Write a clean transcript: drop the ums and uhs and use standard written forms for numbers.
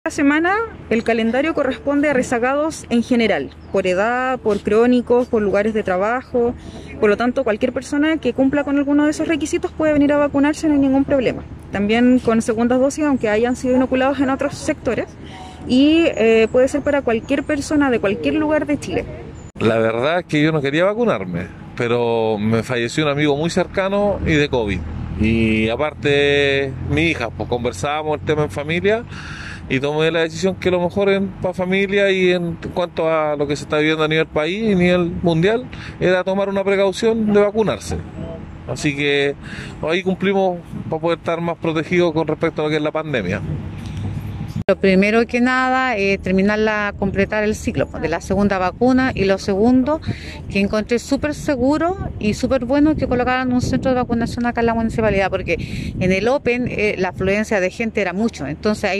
Esta semana el calendario corresponde a rezagados en general, por edad, por crónicos, por lugares de trabajo. Por lo tanto, cualquier persona que cumpla con alguno de esos requisitos puede venir a vacunarse, no hay ningún problema. También con segundas dosis, aunque hayan sido inoculados en otros sectores. Y puede ser para cualquier persona de cualquier lugar de Chile. La verdad es que yo no quería vacunarme, pero me falleció un amigo muy cercano y de COVID. Y aparte, mi hija, pues conversábamos el tema en familia y tomé la decisión que lo mejor para familia y en cuanto a lo que se está viviendo a nivel país y a nivel mundial era tomar una precaución de vacunarse. Así que ahí cumplimos para poder estar más protegidos con respecto a lo que es la pandemia. Lo primero que nada es completar el ciclo de la segunda vacuna, y lo segundo que encontré súper seguro y súper bueno que colocaran un centro de vacunación acá en la municipalidad, porque en el Open la afluencia de gente era mucho, entonces ahí